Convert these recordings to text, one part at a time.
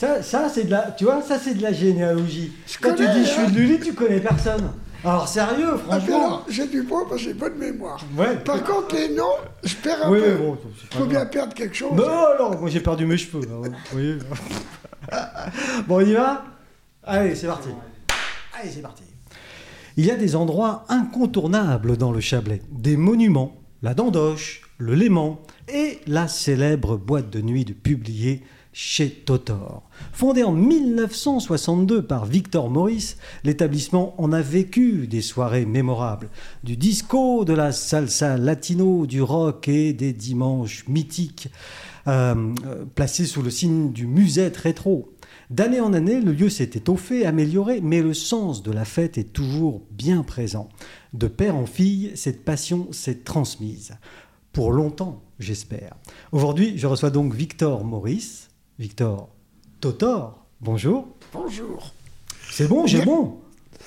Ça c'est de la, tu vois, ça c'est de la généalogie. Quand tu connais, dis je suis de Lully, tu connais personne. Alors sérieux, Ah, puis franchement. alors, j'ai du bon parce que j'ai bonne mémoire. Ouais. Par contre, les noms, je perds un Oui, peu. bon, c'est pas Faut bien grave. perdre quelque chose. Non, moi j'ai perdu mes cheveux. Là, oui. Bon, on y va? Allez, c'est parti. Allez, c'est parti. Il y a des endroits incontournables dans le Chablais. Des monuments, la Dandoche, le Léman et la célèbre boîte de nuit de Publier chez Totor. Fondé en 1962 par Victor Maurice, l'établissement en a vécu des soirées mémorables. Du disco, de la salsa latino, du rock et des dimanches mythiques placés sous le signe du musette rétro. D'année en année, le lieu s'est étoffé, amélioré, mais le sens de la fête est toujours bien présent. De père en fille, cette passion s'est transmise. Pour longtemps, j'espère. Aujourd'hui, je reçois donc Victor Maurice. Victor Totor, bonjour. Bonjour. C'est bon, j'ai bon.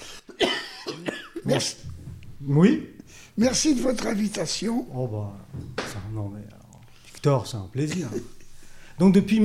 Merci. Oui. Merci de votre invitation. Oh bah, non mais alors, Victor, c'est un plaisir. Donc depuis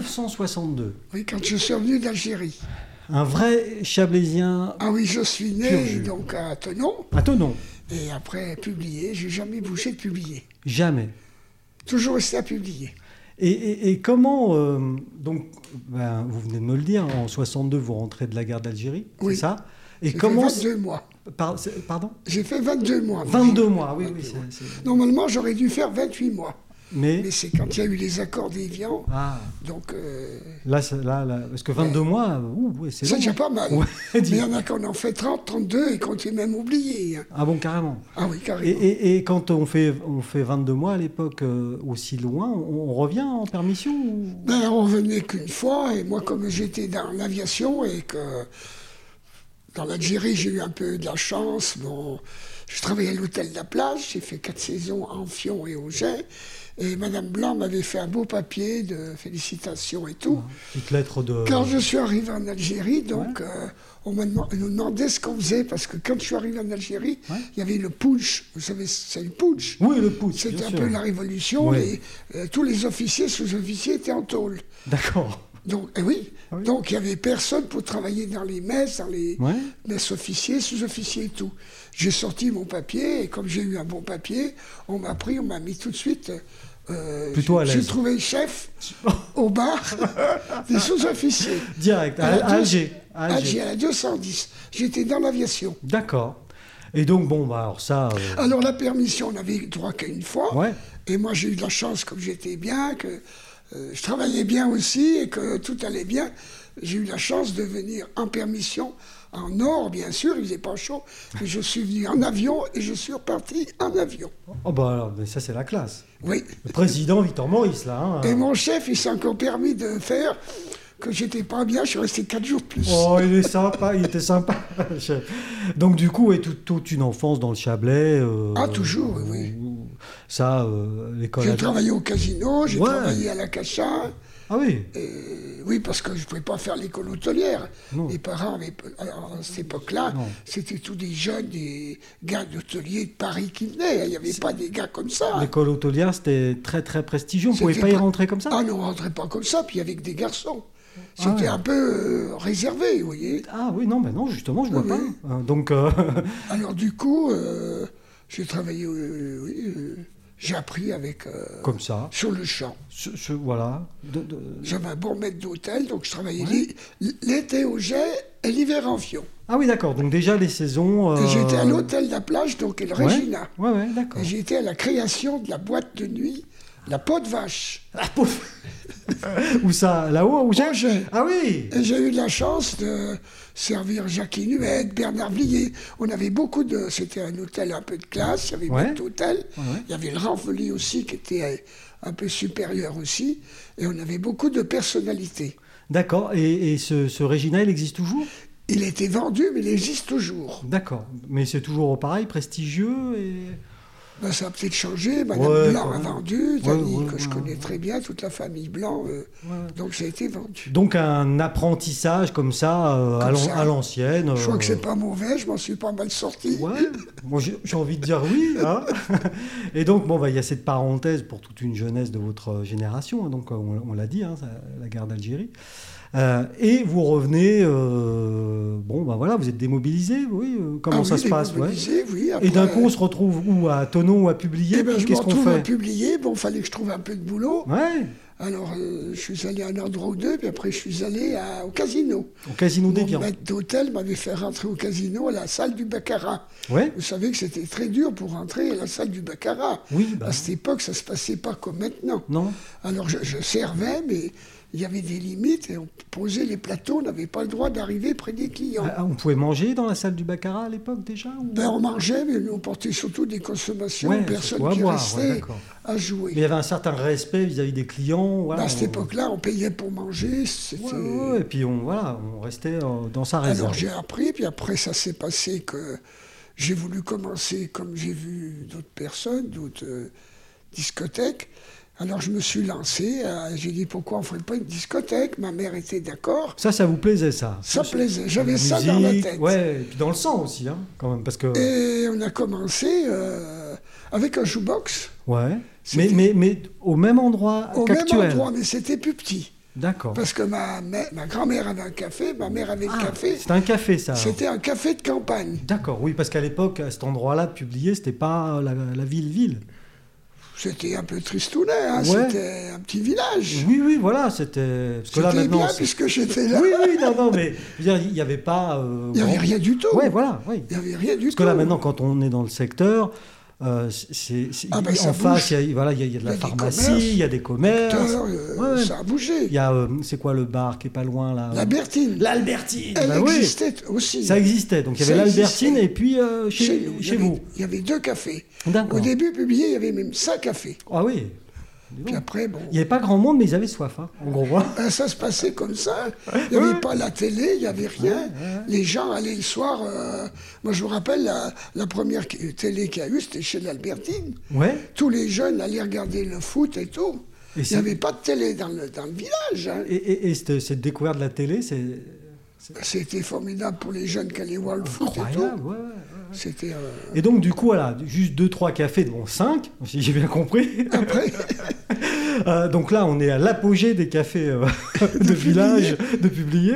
1962, Oui, quand je suis revenu d'Algérie. un vrai Chablaisien Ah oui, je suis Pur né jus. donc à Thonon. à Thonon. Et après, publié. J'ai jamais bougé de publier. Jamais. Toujours resté à publier. Et comment, donc, vous venez de me le dire, en 62, vous rentrez de la guerre d'Algérie, Oui. c'est ça? Et J'ai comment... fait 22 mois. Pardon? J'ai fait 22 mois. 22 mois, oui, 22 oui. mois. c'est- Normalement, j'aurais dû faire 28 mois. Mais, Mais c'est quand il y a eu les accords d'Évian. ah, Donc, là, parce que 22 mois, ouais, c'est c'est long. déjà pas mal. Ouais, Mais dis- il y en a qu'on en fait 30, 32 et qu'on est même oublié. Hein. Ah bon, carrément. Ah oui, carrément. Et quand on fait 22 mois à l'époque aussi loin, on revient en permission ou... Ben, on venait qu'une fois, et moi, comme j'étais dans l'aviation et que dans l'Algérie, j'ai eu un peu de la chance. Bon, je travaillais à l'hôtel de la Plage, j'ai fait 4 saisons à Amphion et Auger, et Madame Blanc m'avait fait un beau papier de félicitations et tout. Petite lettre de... Quand je suis arrivé en Algérie, donc, on nous demandait ce qu'on faisait, parce que quand je suis arrivé en Algérie, Ouais. il y avait le putsch. Vous savez, c'est le putsch. Oui, le pouce, C'était bien un sûr. peu la révolution. Oui. Tous les officiers, sous-officiers étaient en tôle. D'accord. Donc, oui. Ah oui. Donc, il n'y avait personne pour travailler dans les messes, dans les Ouais. messes officiers, sous-officiers et tout. J'ai sorti mon papier, et comme j'ai eu un bon papier, on m'a mis tout de suite. Plutôt à J'ai l'aise. trouvé chef au bar des sous-officiers. Direct, à À Alger. À Alger, à la 210. J'étais dans l'aviation. D'accord. Et donc, bon, bah, alors ça... Alors, la permission, on n'avait droit qu'à une fois. Ouais. Et moi, j'ai eu de la chance, comme j'étais bien, que je travaillais bien aussi et que tout allait bien. J'ai eu la chance de venir en permission, en nord, bien sûr, il faisait pas chaud. Mais je suis venu en avion et je suis reparti en avion. Oh, bah, alors, mais ça, c'est la classe. Oui. Le président Victor Maurice, là. Hein. Et mon chef, il s'est encore permis de faire que j'étais pas bien. Je suis resté 4 jours de plus. Oh, il est sympa, il était sympa, le chef. Donc, du coup, et toute une enfance dans le Chablais. Ah, toujours, oui. Ça, l'école... J'ai travaillé au casino, j'ai Ouais. travaillé à la Cacha. Ah oui. Oui, parce que je ne pouvais pas faire l'école hôtelière. Non. Mes parents, alors, à cette époque-là, Non. c'était tous des jeunes, des gars d'hôteliers de Paris qui venaient. Il n'y avait pas des gars comme ça. L'école hôtelière, c'était très, très prestigieux. On ne pouvait C'était pas y pas- rentrer comme ça. Ah non, on ne rentrait pas comme ça, puis avec des garçons. Ah C'était ouais. un peu réservé, vous voyez. Ah oui, non, ben non, justement, je vois Oui, pas. oui. Donc, Alors du coup, j'ai travaillé, j'ai appris avec... comme ça, sur le champ. voilà. J'avais un bon maître d'hôtel, donc je travaillais Ouais. l'été au jet et l'hiver en Fion. Ah oui, d'accord. Donc déjà les saisons. Et j'étais à l'hôtel de la Plage, donc et le Ouais. Regina. Ouais, d'accord. Et j'étais à la création de la boîte de nuit, la peau de vache. Ah, pauvre. Où ça? Là-haut, où j'ai. Angers. Ah oui. Et j'ai eu la chance de servir Jacques Inuet, Bernard Villiers. On avait beaucoup de... C'était un hôtel un peu de classe, il y avait Ouais. beaucoup d'hôtels. Ouais. Il y avait le Ranfeli aussi, qui était un peu supérieur aussi. Et on avait beaucoup de personnalités. D'accord. Et ce Regina, il existe toujours? Il était vendu, mais il existe toujours. D'accord. Mais c'est toujours pareil, prestigieux et. Ben, ça a peut-être changé. Madame Ouais, Blanc quand a même. vendu, Dany, Ouais, que je ouais. connais très bien, toute la famille Blanc. Donc ça a été vendu. Donc un apprentissage comme ça, Comme ça. à l'ancienne. Je crois que c'est pas mauvais, je m'en suis pas mal sorti. Ouais, moi j'ai envie de dire oui. Hein. Et donc, bon, bah, il y a cette parenthèse pour toute une jeunesse de votre génération, hein, donc on l'a dit, hein, la guerre d'Algérie. Et vous revenez, bon, ben voilà, vous êtes démobilisé, oui. Comment ça se passe, oui. Après, et d'un coup, on se retrouve où, à Thonon ou à publier? Eh ben, je me Qu'est-ce qu'on retrouve fait? à publier. Bon, il fallait que je trouve un peu de boulot. Ouais. Alors, je suis allé à un endroit ou deux, puis après, je suis allé au casino. Au casino d'Évian. Mon maître d'hôtel m'avait fait rentrer au casino, à la salle du baccarat. Ouais. Vous savez que c'était très dur pour rentrer à la salle du baccarat. Oui, bah. À cette époque, ça ne se passait pas comme maintenant. Non. Alors, je servais, mais il y avait des limites, et on posait les plateaux, on n'avait pas le droit d'arriver près des clients. On pouvait manger dans la salle du baccarat à l'époque déjà ou... Ben, on mangeait, mais on portait surtout des consommations, personne qui restait à jouer. Mais il y avait un certain respect vis-à-vis des clients. Voilà, à cette époque-là, on payait pour manger. Ouais, et puis on restait dans sa réserve. Alors j'ai appris, puis après ça s'est passé que j'ai voulu commencer, comme j'ai vu d'autres personnes, d'autres discothèques. Alors je me suis lancé, j'ai dit pourquoi on ne ferait pas une discothèque, ma mère était d'accord. Ça vous plaisait ça? Ça plaisait, j'avais ça dans la tête. Ouais, et puis dans le sang aussi, hein, quand même, parce que... Et on a commencé avec un shoebox. Ouais, mais au même endroit qu'actuel. Au même endroit, mais c'était plus petit. D'accord. Parce que ma grand-mère avait un café, ma mère avait le café. C'était un café, ça? C'était un café de campagne. D'accord, oui, parce qu'à l'époque, à cet endroit-là, publié, c'était pas la ville. C'était un peu tristounet, hein, ouais. C'était un petit village. Oui, voilà, c'était... Parce que là, maintenant, bien, puisque j'étais là. Oui, non, mais il n'y avait pas... il n'y avait rien du tout. Ouais, voilà, oui. Il n'y avait rien du tout. Parce que là, maintenant, quand on est dans le secteur... en face, il y a de la pharmacie, il y a des commerces. Ça a bougé. Il y a, c'est quoi le bar qui est pas loin là? L'Albertine. L'Albertine. Elle existait aussi. Ça existait. Donc il y avait l'Albertine et puis chez vous. Il y avait 2 cafés. D'accord. Au début publié, il y avait même 5 cafés. Ah oui. Puis après, bon... Il n'y avait pas grand monde, mais ils avaient soif, hein, en gros. Ça se passait comme ça. Il n'y avait pas la télé, il n'y avait rien. Les gens allaient le soir... Moi, je me rappelle, la première télé qu'il y a eu, c'était chez l'Albertine. Ouais. Tous les jeunes allaient regarder le foot et tout. Il n'y avait pas de télé dans le village. Hein. Et cette découverte de la télé, c'était formidable pour les jeunes qui allaient voir le foot et tout. Ouais. C'était, Et donc, du coup, voilà, juste 2-3 cafés, bon, 5, si j'ai bien compris. Après. Donc là, on est à l'apogée des cafés de village, de publier.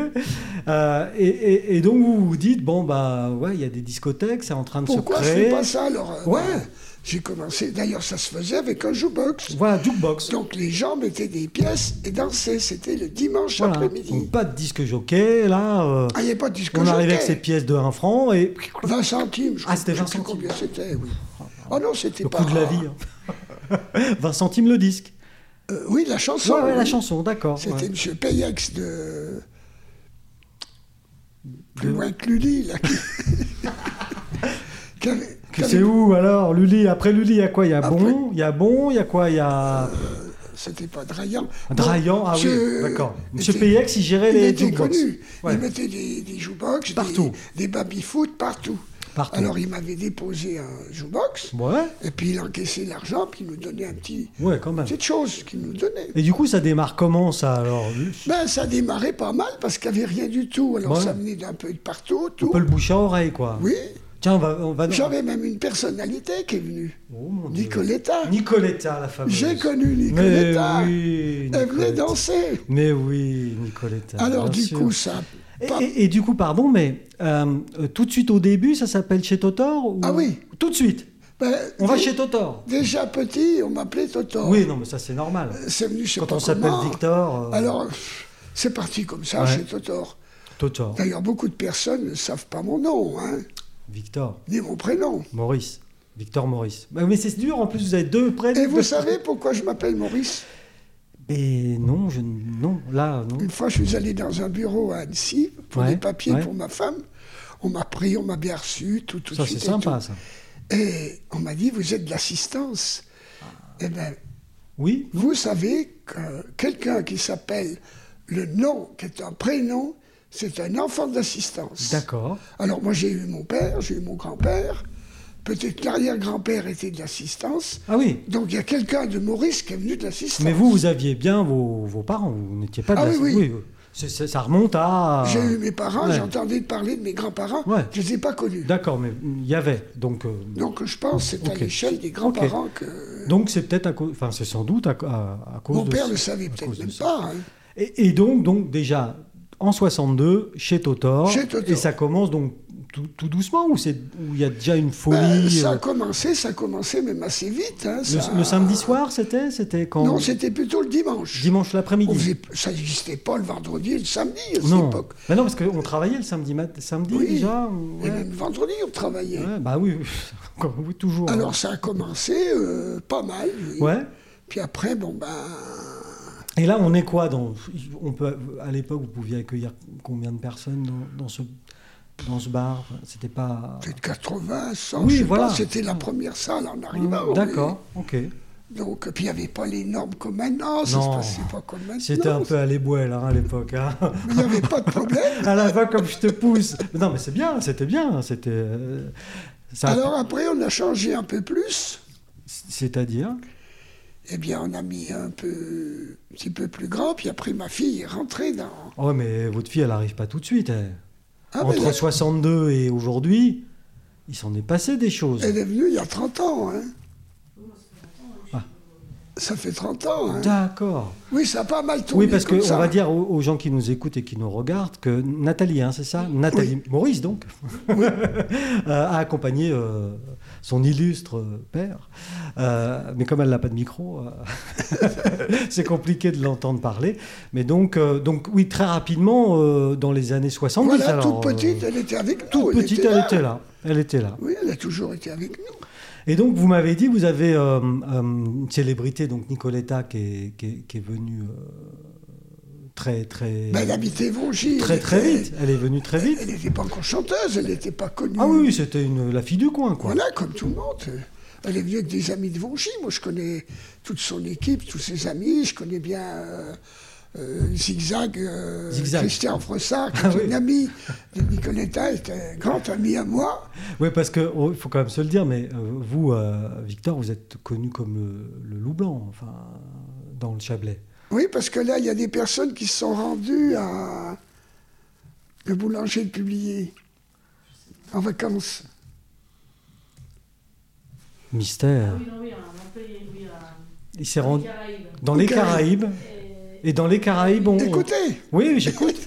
Et donc, vous vous dites, bon, bah, ouais, il y a des discothèques, c'est en train de se créer. Pourquoi je fais pas ça, alors j'ai commencé, d'ailleurs, ça se faisait avec un jukebox. Voilà, jukebox. Donc, les gens mettaient des pièces et dansaient. C'était le dimanche après-midi. Donc, pas de disque jockey, là. Il n'y avait pas de disque jockey. On arrivait avec ces pièces de 1 franc et... 20 centimes, je crois. C'était 20 centimes. Combien c'était, oui. Oh non, c'était pas... Le coût de la vie. Hein. 20 centimes le disque. Oui, la chanson. Ouais, la chanson, d'accord. C'était M. Payex de... Plus loin que Lully, là. C'est où, alors, Lully? Après Lully, il y a quoi? Il y a Bon, il y a quoi? Il y a... C'était pas Draillant. Draillant, ah oui, d'accord. Monsieur PX, il gérait les jukebox. Il mettait des jukebox, des baby-foot partout. Alors, il m'avait déposé un jukebox, et puis il encaissait l'argent, puis il nous donnait un petit... Ouais, quand même. Petite chose qu'il nous donnait. Et du coup, ça démarre comment, ça, alors? Ça démarrait pas mal, parce qu'il n'y avait rien du tout. Alors, ça venait d'un peu de partout, tout. Un peu le bouche à oreille, quoi. Oui. Tiens, on va... J'avais même une personnalité qui est venue. Oh, mon Dieu. Nicoletta, la fameuse. J'ai connu Nicoletta. Mais oui, elle venait danser. Mais oui, Nicoletta. Alors, du coup, ça... Et du coup, pardon, mais tout de suite au début, ça s'appelle chez Totor ou... Ah oui. Tout de suite. On va chez Totor. Déjà petit, on m'appelait Totor. Oui, non, mais ça, c'est normal. C'est venu, je sais quand pas on s'appelle Victor... Alors, c'est parti comme ça, chez Totor. D'ailleurs, beaucoup de personnes ne savent pas mon nom, hein. Victor. Ni mon prénom. Maurice. Victor Maurice. Mais c'est dur, en plus, vous avez 2 prénoms. Et vous savez pourquoi je m'appelle Maurice? Et non, non. Une fois, je suis allé dans un bureau à Annecy pour des papiers pour ma femme. On m'a pris, on m'a bien reçu, tout de suite. Ça, c'est sympa, ça. Et on m'a dit, vous êtes de l'assistance. Eh bien, oui. Vous savez que quelqu'un qui s'appelle le nom, qui est un prénom, c'est un enfant d'assistance. D'accord. Alors moi, j'ai eu mon père, j'ai eu mon grand-père. Peut-être l'arrière-grand-père était de l'assistance. Ah oui. Donc il y a quelqu'un de Maurice qui est venu de l'assistance. Mais vous aviez bien vos parents, vous n'étiez pas de l'assistance. Oui. Ça remonte à... J'ai eu mes parents, j'entendais parler de mes grands-parents, je ne les ai pas connus. D'accord, mais il y avait, donc... Donc je pense que c'est à l'échelle des grands-parents que... Donc c'est peut-être c'est sans doute à cause Mon de... père ne le savait peut-être même pas. Hein. Et donc déjà, en 62 chez Totor. Chez Totor. Et ça commence donc tout doucement ou il y a déjà une folie Ça a commencé même assez vite. Hein, le samedi soir, c'était quand? Non, c'était plutôt le dimanche. Dimanche l'après-midi. Ça n'existait pas le vendredi et le samedi à cette Non. époque. Non, parce qu'on travaillait le samedi Oui. déjà. Et même le vendredi, on travaillait. Ouais, bah oui, oui, toujours. Alors ça a commencé pas mal. Oui. Ouais. Puis après, Et là, on est quoi à l'époque, vous pouviez accueillir combien de personnes dans ce bar? C'était pas... Peut-être 80, 100, oui, je sais voilà. pas. C'était la première salle en arrivant. D'accord, ok. Donc, puis il n'y avait pas les normes comme maintenant, ça se passait pas comme maintenant. C'était un peu à l'éboule à l'époque. Hein. Mais il n'y avait pas de problème. À la fin, comme je te pousse. Non, mais c'est bien, c'était bien. Alors après, on a changé un peu plus. C'est-à-dire? Eh bien, on a mis un petit peu plus grand, puis après, ma fille est rentrée dans... Oh, mais votre fille, elle n'arrive pas tout de suite. Ah, entre 62 et aujourd'hui, il s'en est passé des choses. Elle est venue il y a 30 ans. Hein. Ça fait 30 ans. Hein. D'accord. Oui, ça a pas mal tourné. Oui, parce qu'on va dire aux gens qui nous écoutent et qui nous regardent que Nathalie, c'est ça? Nathalie Maurice, donc, oui. A accompagné son illustre père. Mais comme elle n'a pas de micro, c'est compliqué de l'entendre parler. Mais donc oui, très rapidement, dans les années 70. Voilà, alors, toute petite, elle était avec nous. Toute petite, elle était là. Elle était là. Oui, elle a toujours été avec nous. Et donc, vous m'avez dit, vous avez une célébrité, donc Nicoletta, qui est venue très... Elle habitait Vongy. Très vite. Elle est venue très vite. Elle n'était pas encore chanteuse, elle n'était pas connue. Ah oui, c'était la fille du coin, quoi. Voilà, comme tout le monde. Elle est venue avec des amis de Vongy. Moi, je connais toute son équipe, tous ses amis. Je connais bien... Zigzag. Christian Frossard, qui est un ami de Nicoletta, est un grand ami à moi. Oui, parce qu'il faut quand même se le dire, mais vous, Victor, vous êtes connu comme le loup blanc, enfin, dans le Chablais. Oui, parce que là, il y a des personnes qui se sont rendues à le boulanger de Publier, en vacances. Mystère. Il s'est rendu dans les Caraïbes. Et dans les Caraïbes, Écoutez. Oui, j'écoute.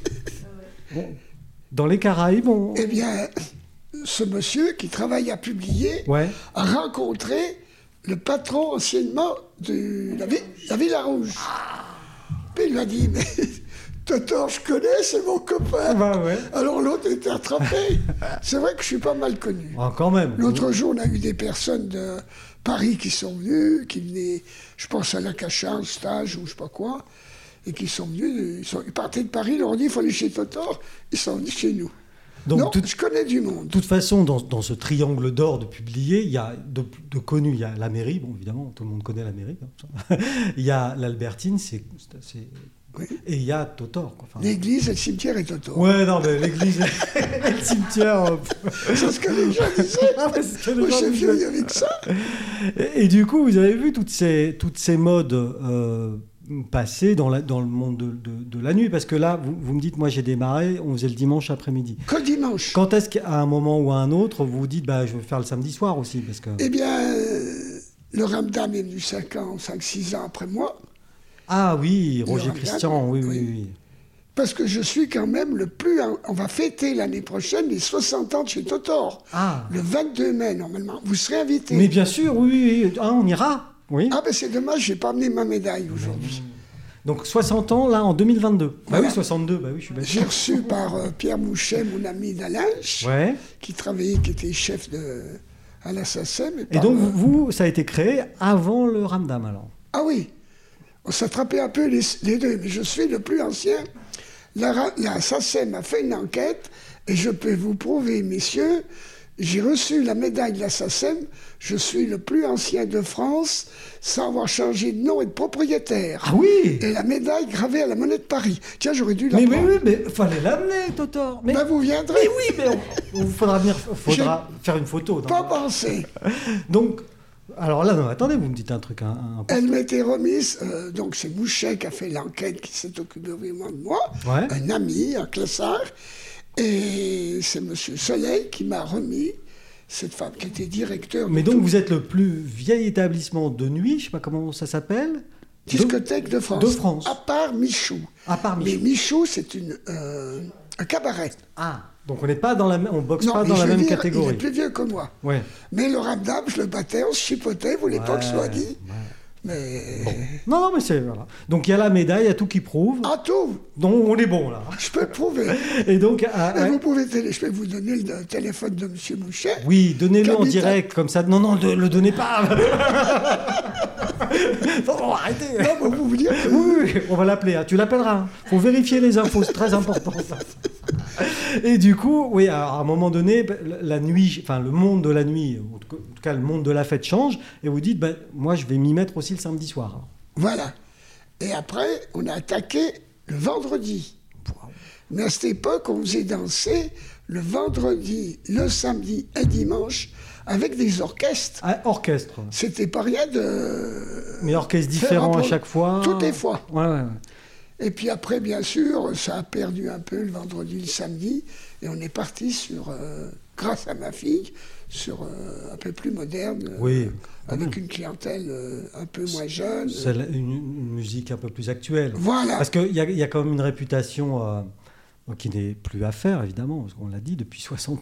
Dans les Caraïbes, Eh bien, ce monsieur qui travaille à Publier a rencontré le patron anciennement de la Villa Rouge. Puis il lui a dit, mais Totor, je connais, c'est mon copain. Bah ouais. Alors l'autre était attrapé. C'est vrai que je suis pas mal connu. Ah, quand même. L'autre jour, on a eu des personnes de Paris qui sont venues, qui venaient, je pense à l'Acacha, un stage ou je sais pas quoi. Et qui sont venus, ils partaient de Paris, ils leur ont dit il faut aller chez Totor, ils sont venus chez nous. Donc, je connais du monde. De toute façon, dans ce triangle d'or de Publier, il y a de connus, il y a la mairie, bon évidemment, tout le monde connaît la mairie, hein. Il y a l'Albertine, oui. Et il y a Totor. Enfin... L'église et le cimetière est Totor. Ouais, non, mais l'église et le cimetière... C'est ce que les gens disaient. Moi, j'ai vieilli avec ça. Et du coup, vous avez vu toutes ces modes... passer dans le monde de la nuit, parce que là, vous me dites, moi j'ai démarré, on faisait le dimanche après-midi. Que le dimanche. Quand est-ce qu'à un moment ou à un autre, vous vous dites, je vais faire le samedi soir aussi, parce que... Eh bien, le Ramdam est venu 5-6 ans après moi. Ah oui, Roger Christian, oui. Parce que je suis quand même le plus... On va fêter l'année prochaine les 60 ans de chez Totor. Ah. Le 22 mai, normalement. Vous serez invité. Mais bien sûr, oui. Ah, on ira. Oui. Ah ben c'est dommage, je n'ai pas amené ma médaille aujourd'hui. Donc 60 ans, là, en 2022. Voilà. Bah oui, 62, bah oui, je suis bête. J'ai reçu par Pierre Mouchet, mon ami d'Alinche, qui était chef à la SACEM. Et donc, vous, ça a été créé avant le Ramdam, alors? Ah oui, on s'attrapait un peu les deux, mais je suis le plus ancien. La SACEM a fait une enquête, et je peux vous prouver, messieurs, j'ai reçu la médaille de la SACEM, je suis le plus ancien de France sans avoir changé de nom et de propriétaire. Ah oui. Et la médaille gravée à la monnaie de Paris. Tiens, j'aurais dû la prendre. Oui, mais fallait l'amener, Totor. Mais vous viendrez. Mais oui, mais il faudra faire une photo. Pas pensé. Donc, alors là, non, attendez, vous me dites un truc. Elle m'était remise, donc c'est Mouchet qui a fait l'enquête, qui s'est occupé vraiment de moi, un ami, un classard. Et c'est M. Soleil qui m'a remis cette femme qui était directeur. Mais donc vous êtes le plus vieil établissement de nuit, je ne sais pas comment ça s'appelle, discothèques de France. De France. À part Michou. À part Mais Michou. Michou, c'est un cabaret. Ah, donc on n'est pas dans la on boxe Non, pas mais dans je la veux même dire, catégorie. il est plus vieux que moi. Ouais. Mais le ramdam, je le battais, on se chipotait, vous voulez pas que je sois dit. Ouais. Mais... Non, non, mais c'est voilà. Donc il y a la médaille, il y a tout qui prouve. Ah, tout. Donc on est bon là. Je peux le prouver. Et donc, Et vous pouvez je peux vous donner le téléphone de M. Mouchet. oui, donnez-le en Qu'habite- direct comme ça. Non, non, le donnez pas. Non, arrêtez. Non, mais vous dire que... Oui, oui, on va l'appeler. Hein. Tu l'appelleras. Hein. Faut vérifier les infos, c'est très important ça. Et du coup, oui, alors, à un moment donné, la nuit, enfin le monde de la nuit, en tout cas le monde de la fête change, et vous dites, ben, moi je vais m'y mettre aussi le samedi soir. Voilà. Et après, on a attaqué le vendredi. Mais à cette époque, on faisait danser le vendredi, le samedi et dimanche avec des orchestres. Ah, orchestre. C'était pas rien de... Mais orchestre différent à chaque fois. Toutes les fois. Ouais, ouais, ouais. Et puis après, bien sûr, ça a perdu un peu le vendredi, le samedi. Et on est parti sur, grâce à ma fille, sur un peu plus moderne. Oui, avec une clientèle un peu moins jeune. C'est une musique un peu plus actuelle. Voilà. Parce qu'il y a quand même une réputation qui n'est plus à faire, évidemment, parce qu'on l'a dit depuis 60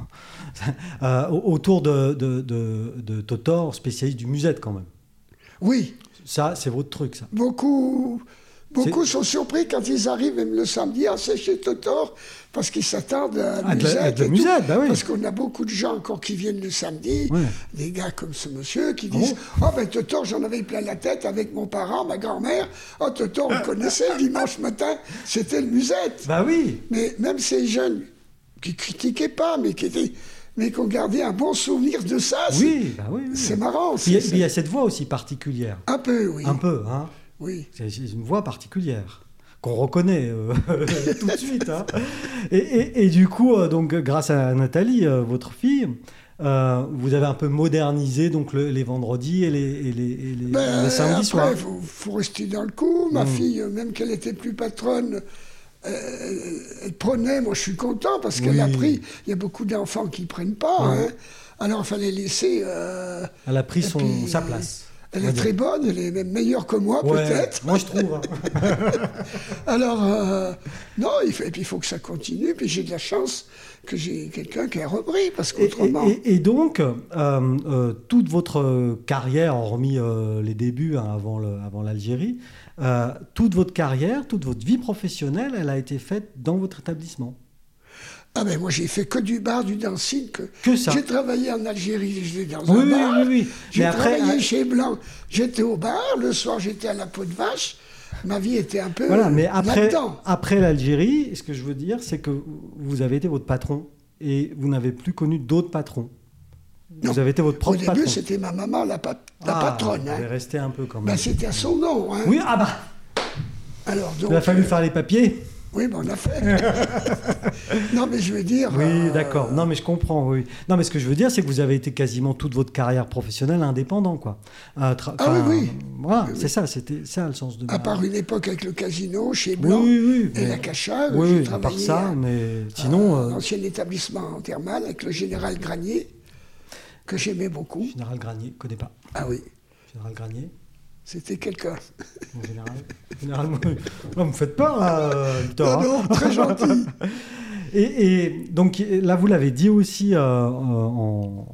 ans, autour de Totor, spécialiste du musette quand même. Oui. Ça, c'est votre truc, ça. Beaucoup sont surpris quand ils arrivent, même le samedi, à sécher Totor, parce qu'ils s'attendent à la musette. De la musette, bah oui. Parce qu'on a beaucoup de gens encore qui viennent le samedi, Ouais. des gars comme ce monsieur, qui disent « Oh ben Totor, j'en avais plein la tête avec mon parent, ma grand-mère. Oh Totor, on connaissait le dimanche matin, c'était le musette. » Bah oui. Mais même ces jeunes qui critiquaient pas, mais qui ont gardé un bon souvenir de ça, Oui. c'est marrant. Il y a cette voix aussi particulière. Un peu, oui. Un peu, hein. Oui. C'est une voix particulière qu'on reconnaît tout de suite. Hein. Et du coup, donc, grâce à Nathalie, votre fille, vous avez un peu modernisé donc, les vendredis et les samedis soirs. Après, il faut rester dans le coup. Ma fille, même qu'elle était plus patronne, elle prenait. Moi, je suis content parce qu'elle a pris. Il y a beaucoup d'enfants qui ne prennent pas. Hein. Alors, il fallait laisser... elle a pris sa place. Elle est très bonne, elle est même meilleure que moi, peut-être. Moi, je trouve. Hein. Alors, non, puis il faut que ça continue. Puis j'ai de la chance que j'ai quelqu'un qui a repris, parce qu'autrement... Et donc, toute votre carrière, hormis les débuts hein, avant l'Algérie, toute votre carrière, toute votre vie professionnelle, elle a été faite dans votre établissement. Ah ben moi j'ai fait que du bar, du dancing. Que ça. J'ai travaillé en Algérie, j'étais dans un bar. Oui. J'ai travaillé chez Blanc, j'étais au bar, le soir j'étais à la peau de vache. Ma vie était un peu voilà, mais là-dedans. après l'Algérie, ce que je veux dire, c'est que vous avez été votre patron et vous n'avez plus connu d'autres patrons. Non. Vous avez été votre propre patron. Au début, c'était ma maman, la patronne. Vous avez resté un peu quand même. Ben, c'était à son nom. Hein. Oui, ah bah. Alors, donc, Il a fallu faire les papiers. Oui, ben on a fait. Non, mais je veux dire... Oui, d'accord. Non, mais je comprends, oui. Non, mais ce que je veux dire, c'est que vous avez été quasiment toute votre carrière professionnelle indépendant, quoi. oui. Voilà, Oui. c'est ça, c'était ça le sens de... À part une époque avec le casino, chez Blanc, oui, et la Cacha, oui, j'ai à part travaillé ça, mais sinon... l'ancien établissement thermal avec le général Granier, que j'aimais beaucoup. Général Granier, je connais pas. Ah oui, Général Granier, c'était quelqu'un. Général, non, me faites peur, là, Victor. Non, très gentil. Et donc là, vous l'avez dit aussi en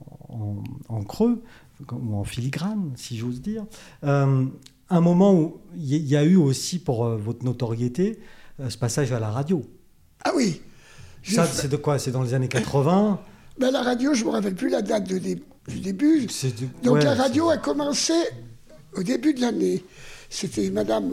creux, ou en filigrane, si j'ose dire, un moment où il y a eu aussi pour votre notoriété ce passage à la radio. Ah oui. Ça, c'est de quoi? C'est dans les années 80? Ben, la radio, je ne me rappelle plus la date du début. Donc la radio a commencé au début de l'année. C'était Madame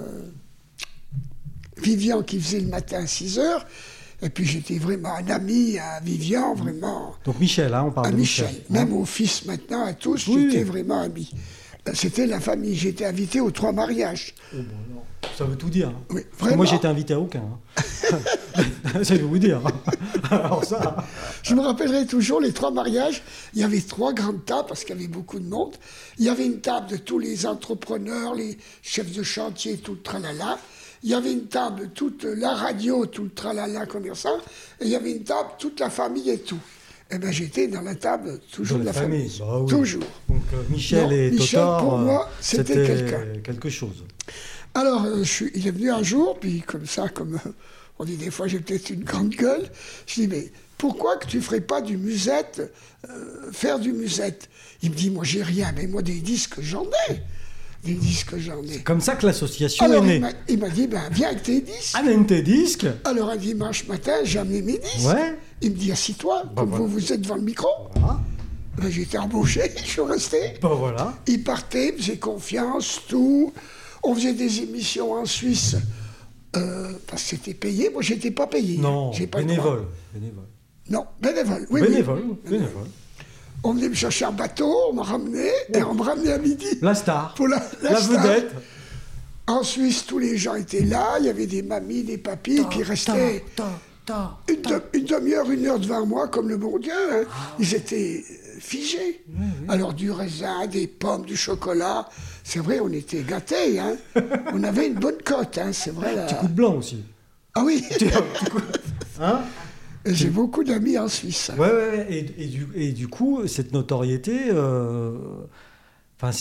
Vivian qui faisait le matin à 6h. Et puis j'étais vraiment un ami à Vivian, vraiment. Donc Michel, hein, on parle de Michel. Même aux fils maintenant, à tous, j'étais vraiment ami. C'était la famille. J'étais invité aux 3 mariages. Oh, bon, non. Ça veut tout dire. Oui, parce que moi, j'étais invité à aucun. Hein. Ça veut vous dire. Alors ça... Je me rappellerai toujours les 3 mariages. Il y avait 3 grandes tables parce qu'il y avait beaucoup de monde. Il y avait une table de tous les entrepreneurs, les chefs de chantier, tout le tralala. Il y avait une table de toute la radio, tout le tralala commerçant. Et il y avait une table, toute la famille et tout. eh ben, j'étais dans la table toujours de la famille. Bah oui. Toujours. Donc Michel Non, et Michel, Totor, pour moi, c'était quelqu'un. quelque chose. Alors, il est venu un jour, puis comme ça, on dit des fois, j'ai peut-être une grande gueule. Je dis, mais pourquoi que tu ne ferais pas du musette, faire du musette? Il me dit, moi, j'ai rien, mais moi, des disques, j'en ai. Des disques, j'en ai. C'est comme ça que l'association Alors, est née. il m'a dit, ben, viens avec tes disques. Amène tes disques. Alors, un dimanche matin, j'ai amené mes disques. Ouais. Il me dit, assis-toi, comme voilà. vous êtes devant le micro. Voilà. Ben, j'ai été embauché, je suis resté. Bah voilà. Il partait, il faisait confiance, tout. On faisait des émissions en Suisse, parce que c'était payé. Moi, j'étais pas payé. Non, J'ai pas le droit. bénévole. Non, bénévole. Oui, Bénévole. On venait me chercher un bateau, on m'a ramené, et on me ramenait à midi. La star. Pour la star. vedette. En Suisse, tous les gens étaient là, il y avait des mamies, des papis, qui restaient une demi-heure, 1 heure devant moi, comme le bon Dieu. Hein. Ils étaient figés. Oui. Alors, du raisin, des pommes, du chocolat. C'est vrai, on était gâtés. Hein. On avait une bonne cote, hein, c'est vrai. Là. Petit coup de blanc aussi. Ah oui. Hein? J'ai beaucoup d'amis en Suisse. Ouais. Et du coup, cette notoriété, enfin,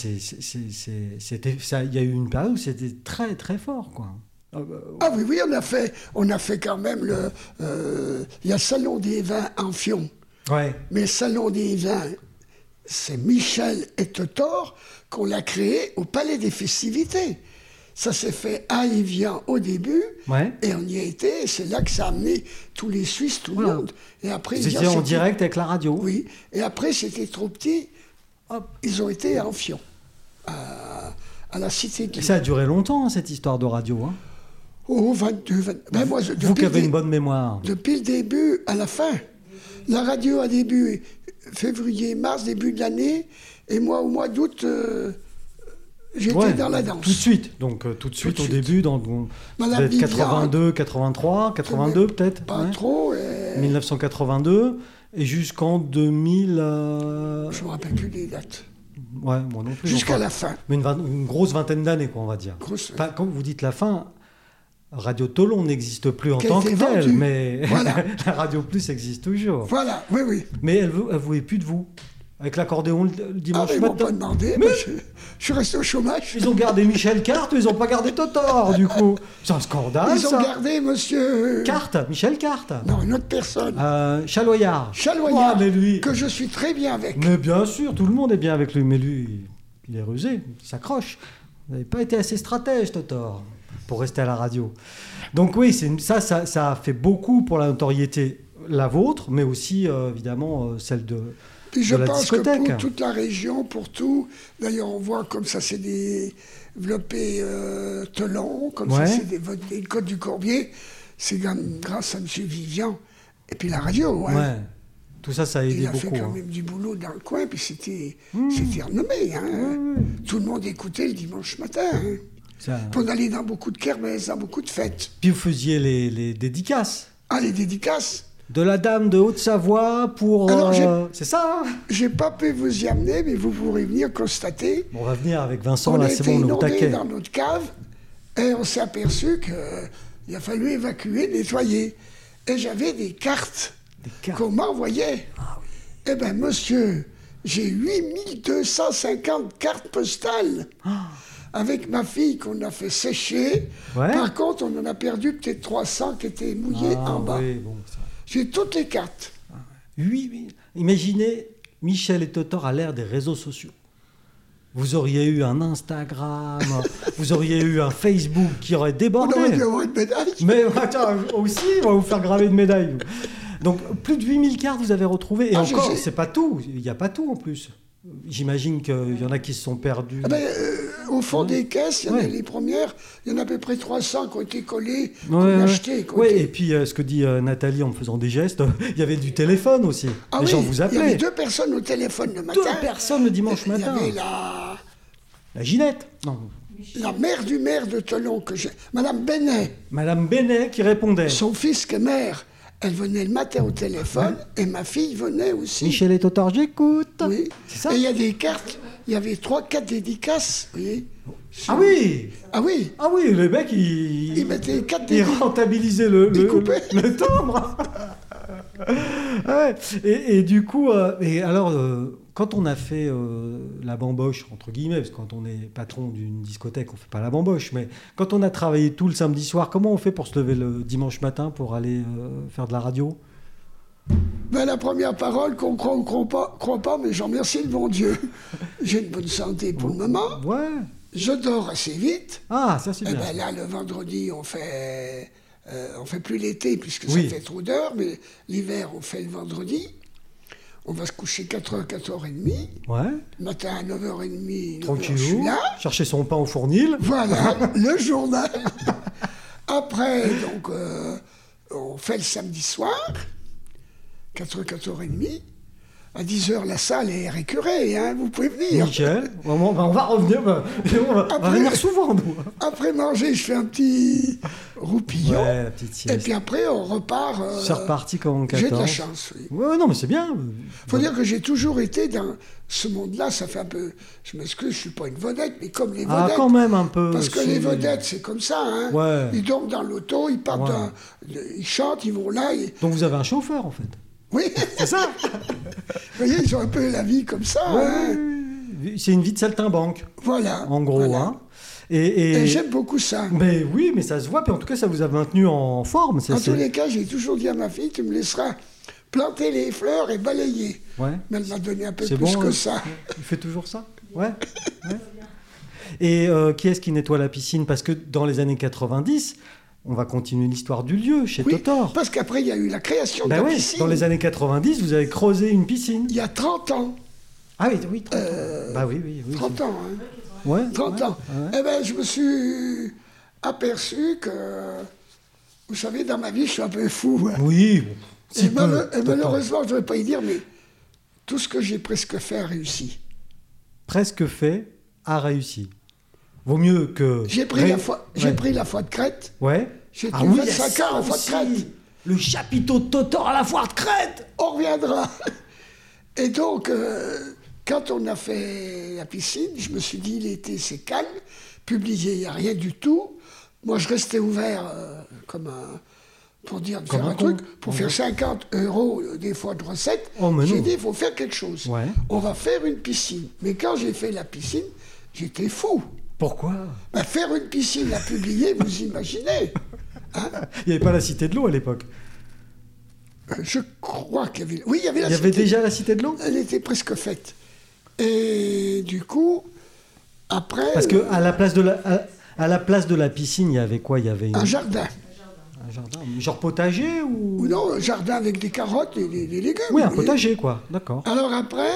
il y a eu une période où c'était très très fort, quoi. Ah oui, on a fait quand même il y a le Salon des vins en Fion. Ouais. Mais le Salon des vins, c'est Michel et Totor qu'on l'a créé au Palais des Festivités. Ça s'est fait à Évian au début, et on y a été, et c'est là que ça a amené tous les Suisses, tout le monde. Et après, c'était en direct avec la radio. Oui, et après c'était trop petit, hop, ils ont été en Fion, à la Cité de l'Île. Et ça a duré longtemps, cette histoire de radio. Hein. Oh, 22. Ben moi, vous qui avez une bonne mémoire. Depuis le début à la fin. La radio a début février, mars, début de l'année, et moi, au mois d'août, j'étais dans la danse. Tout de suite, donc tout de suite au début, dans 82, 83, 82 peut-être. Pas trop. 1982, et jusqu'en 2000... Je ne me rappelle plus des dates. Ouais, moi non plus. Jusqu'à la fin. Mais une grosse vingtaine d'années, quoi, on va dire. Quand vous dites la fin, Radio Tolon n'existe plus en tant que telle, mais voilà. La Radio Plus existe toujours. Voilà, oui. Mais elle ne voulait plus de vous. Avec l'accordéon le dimanche matin. Ils m'ont pas demandé, mais je suis resté au chômage. Ils ont gardé Michel Carte, ils n'ont pas gardé Totor, du coup. C'est un scandale, Ils ont gardé monsieur... Carte, Michel Carte. Non, une autre personne. Chaloyard. Chaloyard, mais lui... que je suis très bien avec. Mais bien sûr, tout le monde est bien avec lui, mais lui, il est rusé, il s'accroche. Vous n'avez pas été assez stratège, Totor, pour rester à la radio. Donc oui, ça a fait beaucoup pour la notoriété, la vôtre, mais aussi, évidemment, celle de... Puis je pense que pour toute la région, pour tout, d'ailleurs on voit comme ça s'est développé Tolon, comme ça s'est développé le Côte du Corbier, c'est grâce à M. Vivian, et puis la radio. Hein. Ouais. Tout ça a aidé beaucoup. Il a fait quand même du boulot dans le coin, puis c'était renommé. Hein. Tout le monde écoutait le dimanche matin. Hein. Puis on allait dans beaucoup de kermesses, dans beaucoup de fêtes. Puis vous faisiez les dédicaces. Ah, les dédicaces. De la dame de Haute-Savoie pour... Alors, c'est ça, hein. J'ai pas pu vous y amener, mais vous pourrez venir constater. On va venir avec Vincent, là, c'est bon, on est au taquet. On était dans notre cave, et on s'est aperçu qu'il a fallu évacuer, nettoyer. Et j'avais des cartes qu'on m'envoyait. Ah, oui. Eh bien, monsieur, j'ai 8250 cartes postales. Avec ma fille qu'on a fait sécher. Ouais. Par contre, on en a perdu peut-être 300 qui étaient mouillés en bas. Oui, bon, ça... J'ai toutes les cartes. Oui. Imaginez Michel et Totor à l'ère des réseaux sociaux. Vous auriez eu un Instagram, vous auriez eu un Facebook qui aurait débordé. On aurait dû avoir une médaille. Mais attends, aussi, on va vous faire graver une médaille. Donc, plus de 8000 cartes vous avez retrouvées. Et encore, c'est pas tout. Il n'y a pas tout en plus. J'imagine qu'il y en a qui se sont perdus. Au fond des caisses, il y en a les premières, il y en a à peu près 300 qui ont été collées, qu'on a achetées. Et puis ce que dit Nathalie en me faisant des gestes, il y avait du téléphone aussi. Les gens vous appelaient. Il y avait 2 personnes au téléphone le matin. 2 personnes le dimanche matin. Il y avait la Ginette. Non. La mère du maire de Tolon, Madame Benet. Madame Benet qui répondait. Son fils qui est maire. Elle venait le matin au téléphone, et ma fille venait aussi. Michel et Totor, j'écoute. Oui. C'est ça. Et il y a des cartes, il y avait 3-4 dédicaces, vous voyez. Ah oui. Ah oui. Ah oui, le mec, il mettait 4 dédicaces. Il rentabilisait le timbre. Ouais. Et du coup, et alors, quand on a fait la bamboche, entre guillemets, parce que quand on est patron d'une discothèque, on ne fait pas la bamboche, mais quand on a travaillé tout le samedi soir, comment on fait pour se lever le dimanche matin pour aller faire de la radio? Ben, la première parole, qu'on croit ou qu'on croit pas, mais j'en remercie le bon Dieu. J'ai une bonne santé pour le moment. Ouais. Je dors assez vite. Ah, ça c'est Et bien. ben là, le vendredi, on fait plus l'été puisque Oui. ça fait trop d'heures, mais l'hiver, on fait le vendredi. On va se coucher 4h, 4h30. Ouais. Le matin à 9h30, 9h, je suis Tranquillou. là. Chercher son pain au fournil. Voilà, le journal. Après, donc, on fait le samedi soir, 4h, 4h30. À 10h, la salle est récurée, hein, vous pouvez venir. Nickel. On va revenir. On va venir souvent, nous. Après manger, je fais un petit roupillon. Ouais, la petite sieste. Et puis après, on repart. C'est reparti comme en 14. J'ai de la chance, oui. Ouais, non, mais c'est bien. Faut dire que j'ai toujours été dans ce monde-là. Ça fait un peu. Je m'excuse, je suis pas une vedette, mais comme les vedettes. Ah, quand même un peu. Parce que les vedettes, c'est comme ça. Hein. Ouais. Ils dorment dans l'auto, ils partent, ils chantent, ils vont là. Donc vous avez un chauffeur, en fait. Oui. C'est ça. Vous voyez, ils ont un peu la vie comme ça. Ouais. Hein. C'est une vie de saltimbanque. Voilà. En gros, voilà. hein. Et j'aime beaucoup ça. Mais oui, mais ça se voit. Puis en tout cas, ça vous a maintenu en forme. En tous les cas, j'ai toujours dit à ma fille, tu me laisseras planter les fleurs et balayer. Ouais. Mais elle m'a donné un peu C'est plus bon, que ça. Il fait toujours ça. Ouais. Et qui est-ce qui nettoie la piscine? Parce que dans les années 90, on va continuer l'histoire du lieu chez Oui, Totor. parce qu'après, il y a eu la création de Ben la oui, piscine. dans les années 90, vous avez creusé une piscine. Il y a 30 ans. Ah oui, 30 ans. Bah oui. 30 ans, hein. Ouais. 30 ans. Ouais. Eh bien, je me suis aperçu que, vous savez, dans ma vie, je suis un peu fou. Hein. Oui. Si Et, peu, malheureusement, je ne devrais pas y dire, mais tout ce que j'ai presque fait a réussi. Presque fait, a réussi. Vaut mieux que... J'ai pris, pris la foi de Crète. Ouais. J'ai Ah tenu oui, 25 ans à la foi de Crète. Le chapiteau de Totor à la foire de Crète. On reviendra. Et donc, quand on a fait la piscine, je me suis dit, l'été, c'est calme. Publié, il n'y a rien du tout. Moi, je restais ouvert comme un... Pour dire de Comme faire un un truc, con. pour faire 50 € des fois de recettes, Oh, mais j'ai non. dit, il faut faire quelque chose. Ouais. On va faire une piscine. Mais quand j'ai fait la piscine, j'étais fou. Pourquoi? Ben, faire une piscine à publier, vous imaginez hein. Il n'y avait pas la Cité de l'eau à l'époque. Je crois qu'il y avait... Oui, il y avait la Il y avait cité. déjà la Cité de l'eau? Elle était presque faite. Et du coup, après... Parce qu'à la place de la piscine, il y avait quoi? Il y avait un jardin. un jardin, genre potager ou... Ou non, un jardin avec des carottes et des légumes. Oui, un vous voyez. potager, quoi. D'accord. Alors après,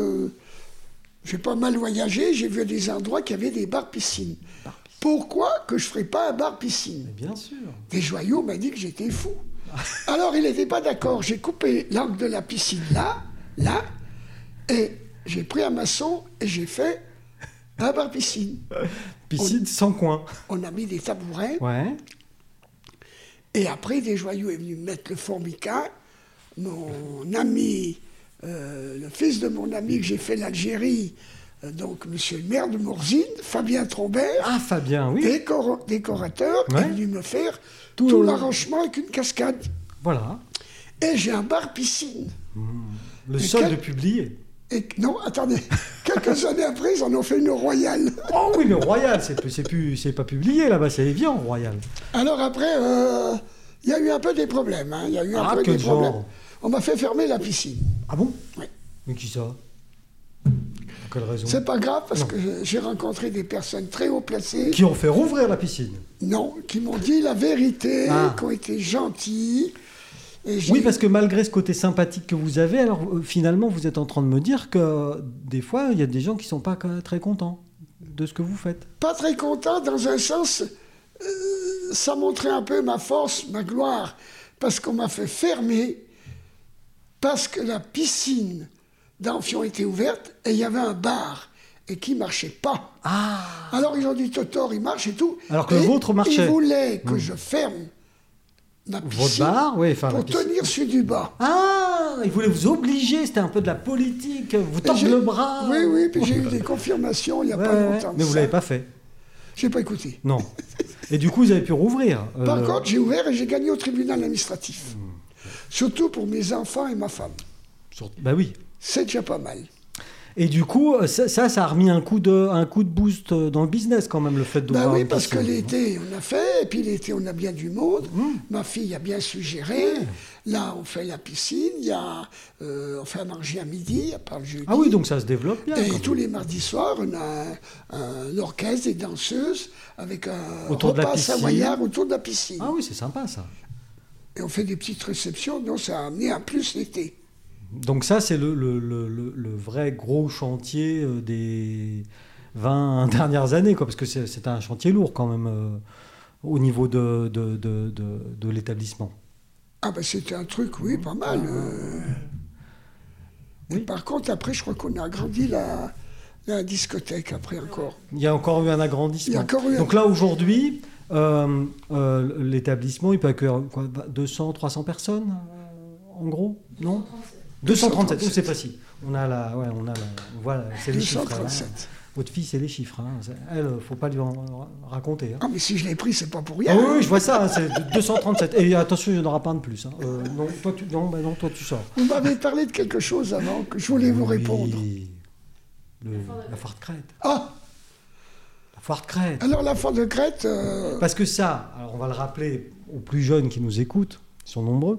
j'ai pas mal voyagé, j'ai vu des endroits qui avaient des bars-piscines. Pourquoi que je ne ferais pas un bar-piscine? Mais bien sûr. Des joyaux m'a dit que j'étais fou. Alors il n'était pas d'accord. J'ai coupé l'angle de la piscine là, et j'ai pris un maçon et j'ai fait un bar-piscine. Piscine sans coin. On a mis des tabourets, Ouais. et après des joyaux est venu mettre le formica. Mon ami, le fils de mon ami que j'ai fait l'Algérie, donc monsieur le maire de Morzine, Fabien Trombert, Ah, Fabien, oui. décorateur, Ouais. est venu me faire Tout tout le- l'arrangement avec une cascade. Voilà. Et j'ai un bar-piscine. Le Et sol quel- de publier. Et non, attendez, quelques années après, ils en ont fait une royale. Oh oui, mais Royal, c'est pas publié là-bas, c'est Evian, Royal. Alors après, il y a eu un peu des problèmes. Hein. Il y a eu un Ah, peu quel des problèmes. genre? On m'a fait fermer la piscine. Ah bon? Oui. Mais qui ça? Pour quelle raison? C'est pas grave parce Non. que j'ai rencontré des personnes très haut placées, Qui ont fait rouvrir la piscine. non, qui m'ont dit la vérité, Ah. qui ont été gentils. Et Oui, parce que malgré ce côté sympathique que vous avez, alors finalement, vous êtes en train de me dire que des fois, il y a des gens qui sont pas très contents de ce que vous faites. pas très content dans un sens, ça montrait un peu ma force, ma gloire, parce qu'on m'a fait fermer, parce que la piscine d'Amphion était ouverte et il y avait un bar et qui marchait pas. Ah! Alors ils ont dit Totor, il marche et tout. Alors que le Et vôtre marchait. Ils voulaient que je ferme ma piscine Votre bar? Oui, enfin la pour piscine. tenir celui du bas. Ah! Ils voulaient vous obliger, c'était un peu de la politique, vous Et tordre j'ai- le bras. Oui, oui, puis j'ai eu des confirmations il n'y a Ouais, pas ouais, longtemps. de mais vous ça. l'avez pas fait. J'ai pas écouté. Non. Et du coup, vous avez pu rouvrir. Par contre, j'ai ouvert et j'ai gagné au tribunal administratif. Surtout pour mes enfants et ma femme. Bah oui. C'est déjà pas mal. Et du coup, ça a remis un coup de boost dans le business quand même, le fait de Bah voir oui, une parce que piscine. l'été, on a fait, et puis l'été, on a bien du monde. Ma fille a bien suggéré. Là, on fait la piscine, on fait à manger à midi, à part le jeudi. Ah oui, donc ça se développe bien. Et quand tous même. les mardis soirs, on a un orchestre, des danseuses, avec un Autour de la repas piscine. savoyard autour de la piscine. Ah oui, c'est sympa ça. Et on fait des petites réceptions, donc ça a amené un plus l'été. Donc ça, c'est le vrai gros chantier des 20 dernières années, quoi, parce que c'est un chantier lourd quand même au niveau de l'établissement. Ah ben c'était un truc, oui, pas mal. Oui. Et par contre, après, je crois qu'on a agrandi la discothèque, après encore. Il y a encore eu un agrandissement. Il y a encore eu un- Donc là, aujourd'hui, l'établissement, il peut accueillir quoi, 200, 300 personnes, en gros, non 237, oh, c'est facile. Voilà, c'est les chiffres. 237. Hein. Votre fille, c'est les chiffres. Hein. Elle, faut pas lui en raconter. Hein. Ah, mais si je l'ai pris, c'est pas pour Ah rien. oui, je vois ça, hein, c'est 237. Et attention, il n'y en aura pas un de plus. Hein. Non, toi, tu sors. Vous m'avez parlé de quelque chose avant que je voulais vous répondre. Oui. La foire de Crète. Ah, La foire de Crète. alors la foire de Crète, Parce que ça, alors on va le rappeler aux plus jeunes qui nous écoutent, ils sont nombreux,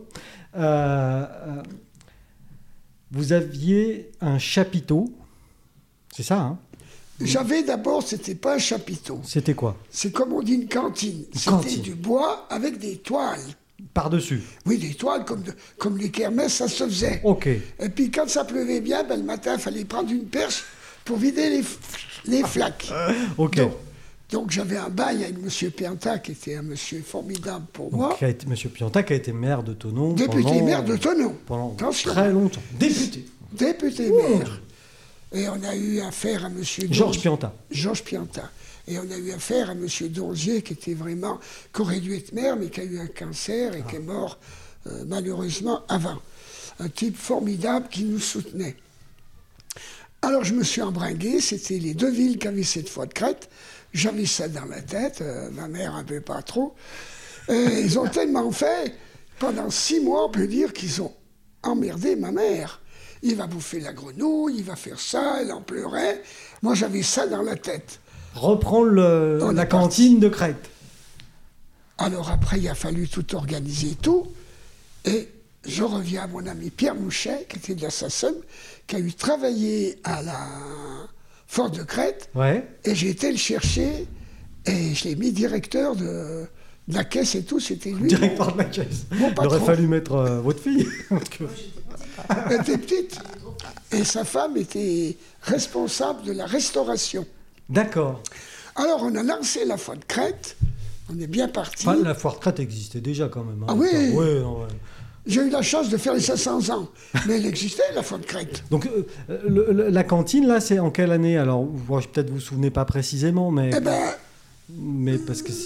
vous aviez un chapiteau, c'est ça, hein? j'avais d'abord, c'était pas un chapiteau. C'était quoi? C'est comme on dit une cantine. C'était cantine. du bois avec des toiles. Par-dessus. Oui, des toiles comme les kermesses, ça se faisait. Ok. Et puis quand ça pleuvait bien, ben, le matin, il fallait prendre une perche pour vider les flaques. Ok. Donc j'avais un bail avec M. Pianta, qui était un monsieur formidable pour moi. Donc, Monsieur Pianta, qui a été maire de Thonon Député maire de Thonon. pendant Attention. très longtemps. Député. Député maire. Et on a eu affaire à M. Georges Pianta. Georges Pianta. Et on a eu affaire à M. Donzier, qui était vraiment, qui aurait dû être maire, mais qui a eu un cancer et qui est mort malheureusement avant. Un type formidable qui nous soutenait. Alors je me suis embringué, c'était les deux villes qui avaient cette foire de Crète. J'avais ça dans la tête, ma mère un peu pas trop. Et ils ont tellement fait, pendant 6 mois, on peut dire qu'ils ont emmerdé ma mère. Il va bouffer la grenouille, il va faire ça, elle en pleurait. Moi j'avais ça dans la tête. Reprend On la est cantine de Crète. Alors après, il a fallu tout organiser, tout. Et je reviens à mon ami Pierre Mouchet, qui était de la SACEM, qui a eu travaillé à la Foire de Crète. Ouais. Et j'ai été le chercher et je l'ai mis directeur de la caisse et tout. C'était lui. Directeur de la caisse. Mon Il patron. aurait fallu mettre votre fille. Parce que- Elle était petite. Et sa femme était responsable de la restauration. D'accord. Alors on a lancé la Foire de Crète. On est bien parti. Enfin, la foire de Crète existait déjà quand même. Hein. Ah oui. Ouais, non, ouais. J'ai eu la chance de faire les 500 ans. Mais elle existait, la Foire de Crète. Donc la cantine là, c'est en quelle année? Alors, peut-être vous vous souvenez pas précisément, mais Eh ben, parce que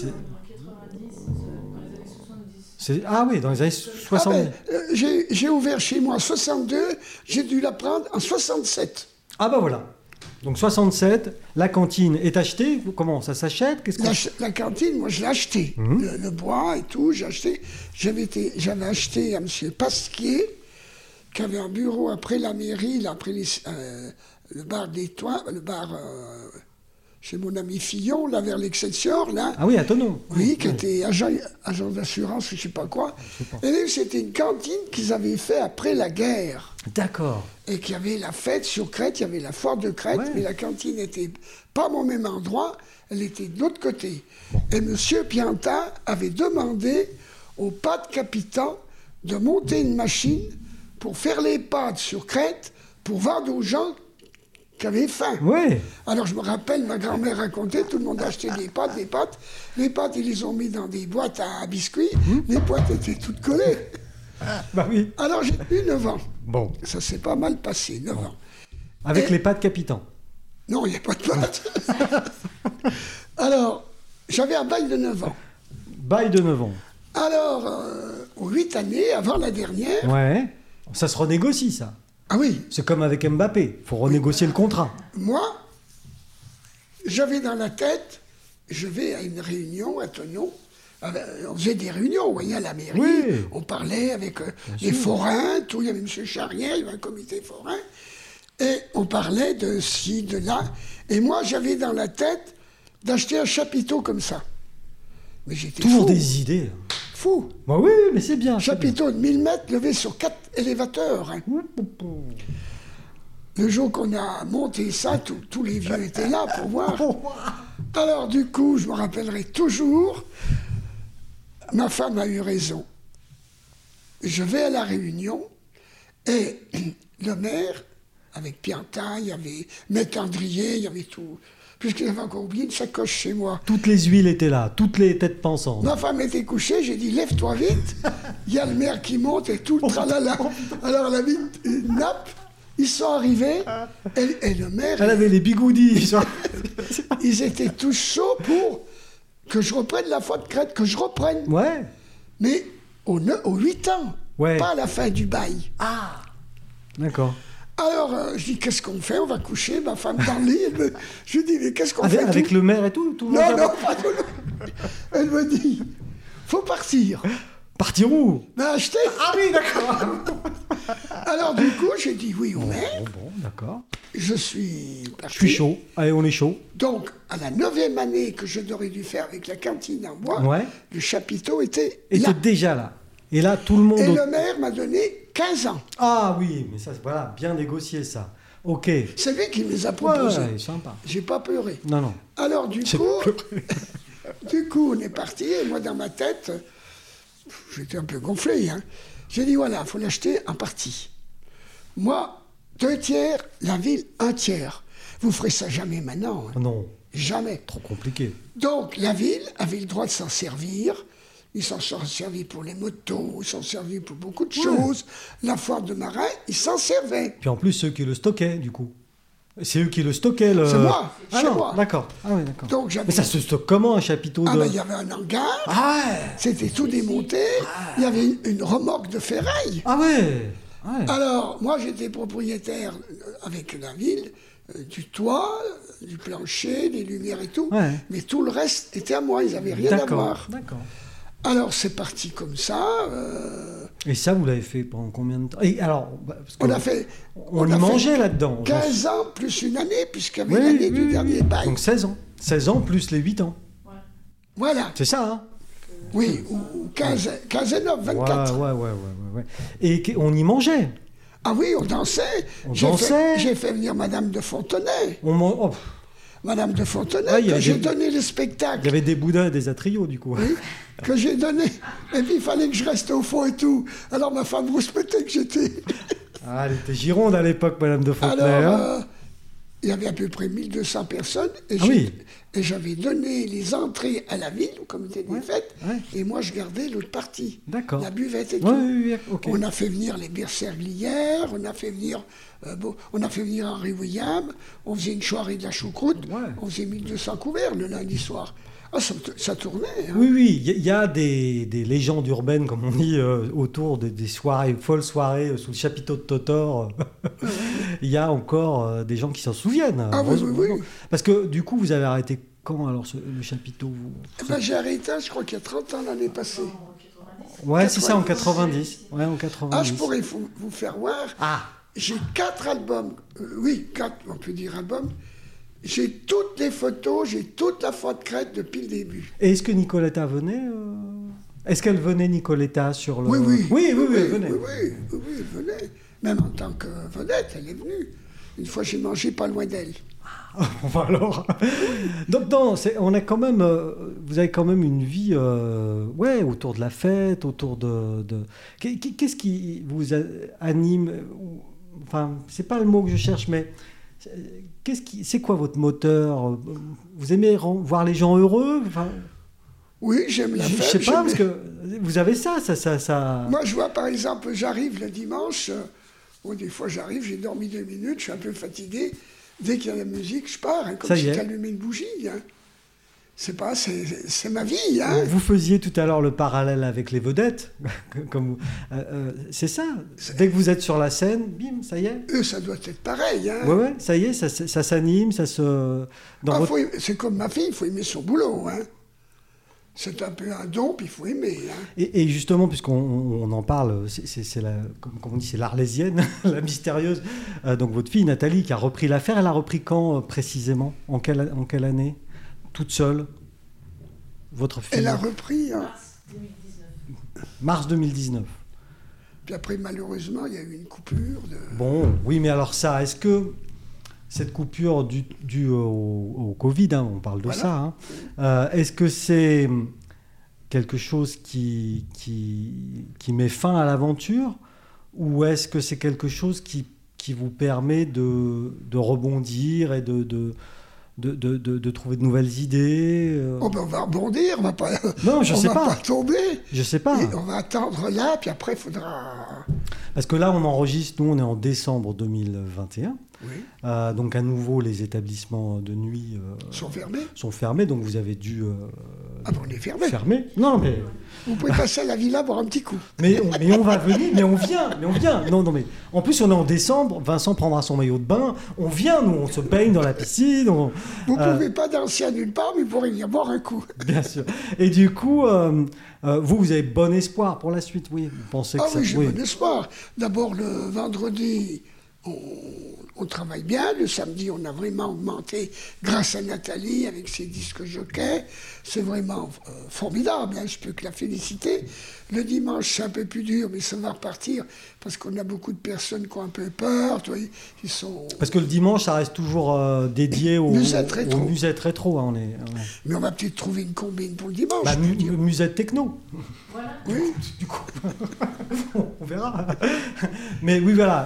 ah oui, dans les années 70. j'ai ouvert chez moi en 62, j'ai dû la prendre en 67. Ah bah voilà. Donc 67, la cantine est achetée. Comment ça s'achète? Qu'est-ce qu'on... La cantine, moi, je l'ai acheté. Le bois et tout, j'ai acheté. J'avais acheté à M. Pasquier, qui avait un bureau après la mairie, là, après le bar des Toits, le bar chez mon ami Fillon, là, vers l'Excelsior, là. Ah oui, à Thonon. Oui, qui était agent d'assurance, je ne sais pas quoi. Et c'était une cantine qu'ils avaient fait après la guerre. D'accord. Et qu'il y avait la fête sur Crète, il y avait la foire de Crète, Ouais. mais la cantine n'était pas au même endroit, elle était de l'autre côté. Et M. Pianta avait demandé au pâte capitan de monter une machine pour faire les pâtes sur Crète, pour vendre aux gens qui avaient faim. Ouais. Alors je me rappelle, ma grand-mère racontait, tout le monde achetait des pâtes. Les pâtes, ils les ont mis dans des boîtes à biscuits, les boîtes étaient toutes collées. Bah oui. Alors j'ai eu 9 ans. Bon. Ça s'est pas mal passé, 9 ans. Avec Et- les pâtes capitans. Non, il n'y a pas de pâtes. Alors, j'avais un bail de 9 ans. Bail de 9 ans. Alors, aux 8 années, avant la dernière, Ouais. Ça se renégocie, ça. ah oui, C'est comme avec Mbappé. Il faut renégocier le contrat. moi, j'avais dans la tête, je vais à une réunion à Thonon, On faisait des réunions, vous voyez, à la mairie. Oui. On parlait avec les forains, tout. Il y avait M. Charrière, il y avait un comité forain. Et on parlait de ci, de là. Et moi, j'avais dans la tête d'acheter un chapiteau comme ça. Mais j'étais Toujours fou. des idées. Fou. Bah oui, mais c'est bien. Chapiteau de 1000 mètres levé sur 4 élévateurs. Hein. Le jour qu'on a monté ça, tous les vieux étaient là pour voir. Alors du coup, je me rappellerai toujours, ma femme a eu raison. Je vais à la réunion et le maire, avec Piantin, il y avait Maître Andrier, il y avait tout. Puisqu'il avait encore oublié une sacoche chez moi. Toutes les huiles étaient là, toutes les têtes pensantes. Ma femme était couchée, j'ai dit lève-toi vite, il y a le maire qui monte et tout le tralala. Alors elle a mis une nappe, ils sont arrivés et le maire... Elle avait les bigoudis. Ils étaient tous chauds pour que je reprenne la foi de Crète, que je reprenne. Ouais. Mais aux 8 ans, Ouais. pas à la fin du bail. Ah. D'accord. Alors, je dis, qu'est-ce qu'on fait? On va coucher, ma femme dans le lit. Je lui dis, mais qu'est-ce qu'on fait? Avec tout le maire et tout le monde Non, pas tout le monde. Elle me dit, faut partir. Partir où? Mais acheter. Ah oui, d'accord. Alors, du coup, j'ai dit oui au maire. Bon, d'accord. Je suis parti. Je suis chaud. Allez, on est chaud. Donc, à la 9e année que je n'aurais dû faire avec la cantine en bois, Ouais. le chapiteau était Et là. t'es déjà là. Et là, tout le monde... Et le maire m'a donné 15 ans. Ah oui, mais ça, voilà, bien négocié, ça. Ok. C'est lui qui me les a proposés. Ouais, sympa. J'ai pas pleuré. Non. Alors, J'ai du coup, on est parti. Et moi, dans ma tête, j'étais un peu gonflé. Hein. J'ai dit, voilà, il faut l'acheter en partie. Moi, 2 tiers, la ville, 1 tiers. Vous ferez ça jamais maintenant. Hein. Non, Jamais. trop compliqué. Donc, la ville avait le droit de s'en servir. Ils s'en sont servis pour les motos, ils s'en servis pour beaucoup de choses. La foire de marin, ils s'en servaient. Puis en plus, ceux qui le stockaient, du coup. C'est eux qui le stockaient, le... C'est moi, Ah c'est non, moi. d'accord. Ah oui, d'accord. Donc, j'avais... Mais ça se stocke comment, un chapiteau Ah de... ben, il y avait un hangar, Ah ouais. c'était tout démonté, il y avait une remorque de ferraille. Ah ouais. Ouais. Alors, moi, j'étais propriétaire avec la ville du toit, du plancher, des lumières et tout, Ouais. mais tout le reste était à moi, ils n'avaient rien à voir. D'accord. Alors, c'est parti comme ça. Et ça, vous l'avez fait pendant combien de temps? Et alors, parce que On a fait... on y mangeait là-dedans. 15 ans plus une année, puisqu'il y avait Oui, l'année oui, du oui, dernier oui. bail. Donc 16 ans. 16 ans plus les 8 ans. Voilà, C'est ça, hein? oui, ou 15 et 9, 24. Ouais. Et on y mangeait. Ah oui, on dansait. On dansait. J'ai fait venir Madame de Fontenay. Oh, Madame de Fontenay, Ah, il y que avait j'ai des- donné le il y spectacle. avait des boudins et des atrios, du coup. Oui, que j'ai donné. Et puis il fallait que je reste au fond et tout. Alors ma femme rouspétait que j'étais. Ah, elle était gironde à l'époque, Madame de Fontenay. Alors, hein. il y avait à peu près 1200 personnes. Et Ah oui. et j'avais donné les entrées à la ville, au comité des fêtes. ouais. Et moi, je gardais l'autre partie. D'accord. La buvette et Ouais, tout. oui, ok. On a fait venir les Berserglières, on a fait venir Henri William, on faisait une soirée de la choucroute, Ouais. on faisait 1200 couverts le lundi soir. Ah, ça tournait. Hein. Oui, il y a des légendes urbaines, comme on dit, autour des soirées, folles soirées sous le chapiteau de Totor. Il y a encore des gens qui s'en souviennent. Ah oui, oui, oui. Parce que du coup, vous avez arrêté quand alors le chapiteau Eh ben, j'ai arrêté, je crois qu'il y a 30 ans l'année passée. Ouais, c'est ça, en 90. Ouais, en 90. Ah, je pourrais vous faire voir. Ah, J'ai 4 albums. Oui, 4, on peut dire albums. J'ai toutes les photos, j'ai toute la foi de Crète depuis le début. et est-ce que Nicoletta venait Est-ce qu'elle venait, Nicoletta, sur le... Oui, oui. Oui, elle venait. Oui, elle venait. Même en tant que vedette, elle est venue. Une fois, j'ai mangé pas loin d'elle. Bon, alors... Donc, non, on a quand même... vous avez quand même une vie ouais, autour de la fête, autour de... Qu'est-ce qui vous anime Enfin, c'est pas le mot que je cherche, mais... c'est quoi votre moteur? Vous aimez voir les gens heureux? Enfin, Oui, j'aime la je fête. sais pas, j'aime- parce que vous avez ça. Moi, je vois, par exemple, j'arrive le dimanche. Bon, des fois, j'arrive, j'ai dormi 2 minutes, je suis un peu fatigué. Dès qu'il y a la musique, je pars, hein, comme Ça y si est. j'allumais une bougie. Hein. C'est ma vie. Hein. Vous faisiez tout à l'heure le parallèle avec les vedettes. Comme, c'est ça. Dès que vous êtes sur la scène, bim, ça y est. Eux, ça doit être pareil. Hein. Ouais, ça y est, ça s'anime, ça se... Dans Ah, votre... c'est comme ma fille, il faut aimer son boulot. Hein. C'est un peu un don, puis il faut aimer. Hein. Et justement, puisqu'on en parle, comme on dit, c'est l'Arlésienne, la mystérieuse. Donc votre fille Nathalie qui a repris l'affaire, elle a repris quand précisément, en quelle année? Toute seule? Votre fille? Elle a repris en mars 2019. Puis après, malheureusement, il y a eu une coupure. Bon, oui, mais alors ça, est-ce que cette coupure due au Covid, hein, on parle de ça, hein, est-ce que c'est quelque chose qui met fin à l'aventure, ou est-ce que c'est quelque chose qui vous permet de rebondir et de trouver de nouvelles idées? Oh ben on va rebondir, on va pas. Non, je sais pas. On va pas tomber. Je sais pas. Et on va attendre là, puis après il faudra. Parce que là, on enregistre, nous, on est en décembre 2021. Oui. Donc à nouveau, les établissements de nuit sont fermés. Donc vous avez dû ah bon, on est fermé. Fermer. Non, mais vous pouvez passer à la villa boire un petit coup. Mais on va venir, mais on vient. Non, mais en plus on est en décembre. Vincent prendra son maillot de bain. On vient, nous, on se baigne dans la piscine. Vous pouvez pas danser à nulle part, mais vous pourrez venir boire un coup. Bien sûr. Et du coup, vous avez bon espoir pour la suite, oui. Vous pensez que oui, j'ai bon espoir. D'abord le vendredi. On travaille bien. Le samedi, on a vraiment augmenté grâce à Nathalie avec ses disques jockeys. C'est vraiment formidable, hein, je peux que la féliciter. Le dimanche, c'est un peu plus dur, mais ça va repartir parce qu'on a beaucoup de personnes qui ont un peu peur. Tu vois, ils sont... Parce que le dimanche, ça reste toujours dédié aux musettes rétro. Hein, Mais on va peut-être trouver une combine pour le dimanche. Musette techno. Voilà. Oui. Du coup, on verra. Mais oui, voilà.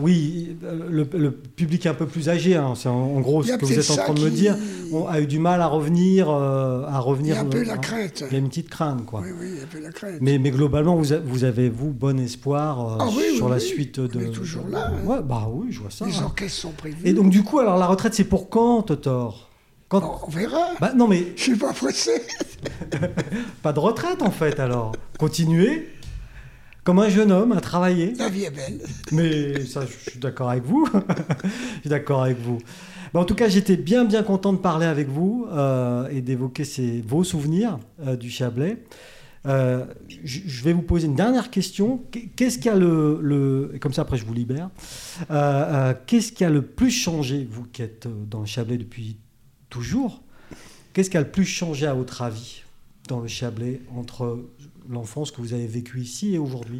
Le public un peu plus âgé, hein, c'est en gros ce que vous êtes en train de me dire, a eu du mal à revenir. Il y a un peu la crainte. Il y a une petite crainte, quoi. Oui, il y a un peu la crainte. Mais globalement, vous avez, bon espoir sur la suite de... On est toujours là. Hein. Ouais, bah oui, je vois ça. Les orchestres sont prévus. Et donc, du coup, alors la retraite, c'est pour quand, Totor? On verra. Bah, non, mais... Je suis pas pressé. Pas de retraite, en fait, alors. Continuez, comme un jeune homme, à travailler. La vie est belle. Mais ça, je suis d'accord avec vous. Je suis d'accord avec vous. Bah, en tout cas, j'étais bien content de parler avec vous et d'évoquer vos souvenirs du Chablais. Je vais vous poser une dernière question. Qu'est-ce qui a comme ça après je vous libère, qu'est-ce qui a le plus changé, vous qui êtes dans le Chablais depuis toujours, qu'est-ce qui a le plus changé à votre avis dans le Chablais entre l'enfance que vous avez vécue ici et aujourd'hui?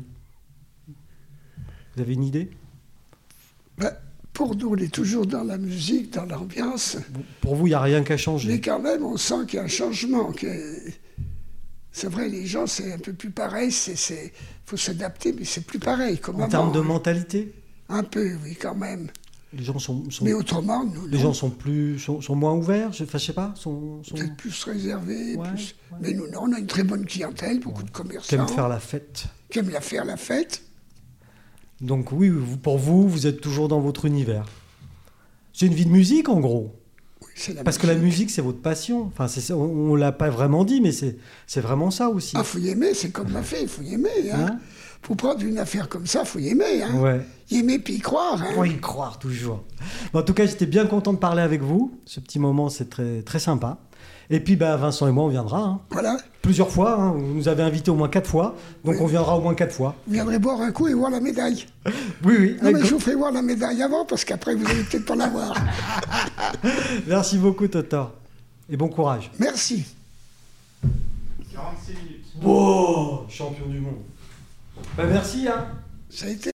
Vous avez une idée? Pour nous, on est toujours dans la musique, dans l'ambiance. Pour vous, il n'y a rien qu'à changer. Mais quand même, on sent qu'il y a un changement. C'est vrai, les gens, c'est un peu plus pareil. Il faut s'adapter, mais c'est plus pareil. Comme en termes de mentalité? Un peu, oui, quand même. Les gens sont mais autrement, nous, les gens sont moins ouverts, je sais pas, peut-être plus réservés. Ouais, plus... Ouais. Mais nous, non, on a une très bonne clientèle, beaucoup de commerçants. Qui aiment faire la fête. Qui aiment faire la fête. Donc oui, pour vous êtes toujours dans votre univers. C'est une vie de musique, en gros. Oui, parce que la musique, c'est votre passion. Enfin, on ne l'a pas vraiment dit, mais c'est vraiment ça aussi. Ah, faut y aimer, c'est comme ma fille, il faut y aimer. Hein. Pour prendre une affaire comme ça, il faut y aimer. Hein. Ouais. Y aimer puis y croire. Hein. Oui, y croire toujours. En tout cas, j'étais bien content de parler avec vous. Ce petit moment, c'est très, très sympa. Et puis, Vincent et moi, on viendra. Hein. Voilà. Plusieurs fois. Hein. Vous nous avez invités au moins 4 fois. Donc, on viendra au moins 4 fois. Vous viendrez boire un coup et voir la médaille. Oui. Non, mais je vous ferai voir la médaille avant, parce qu'après, vous allez peut-être pas la voir. Merci beaucoup, Totor. Et bon courage. Merci. 46 minutes. Wow, champion du monde. Merci. Hein. Ça a été...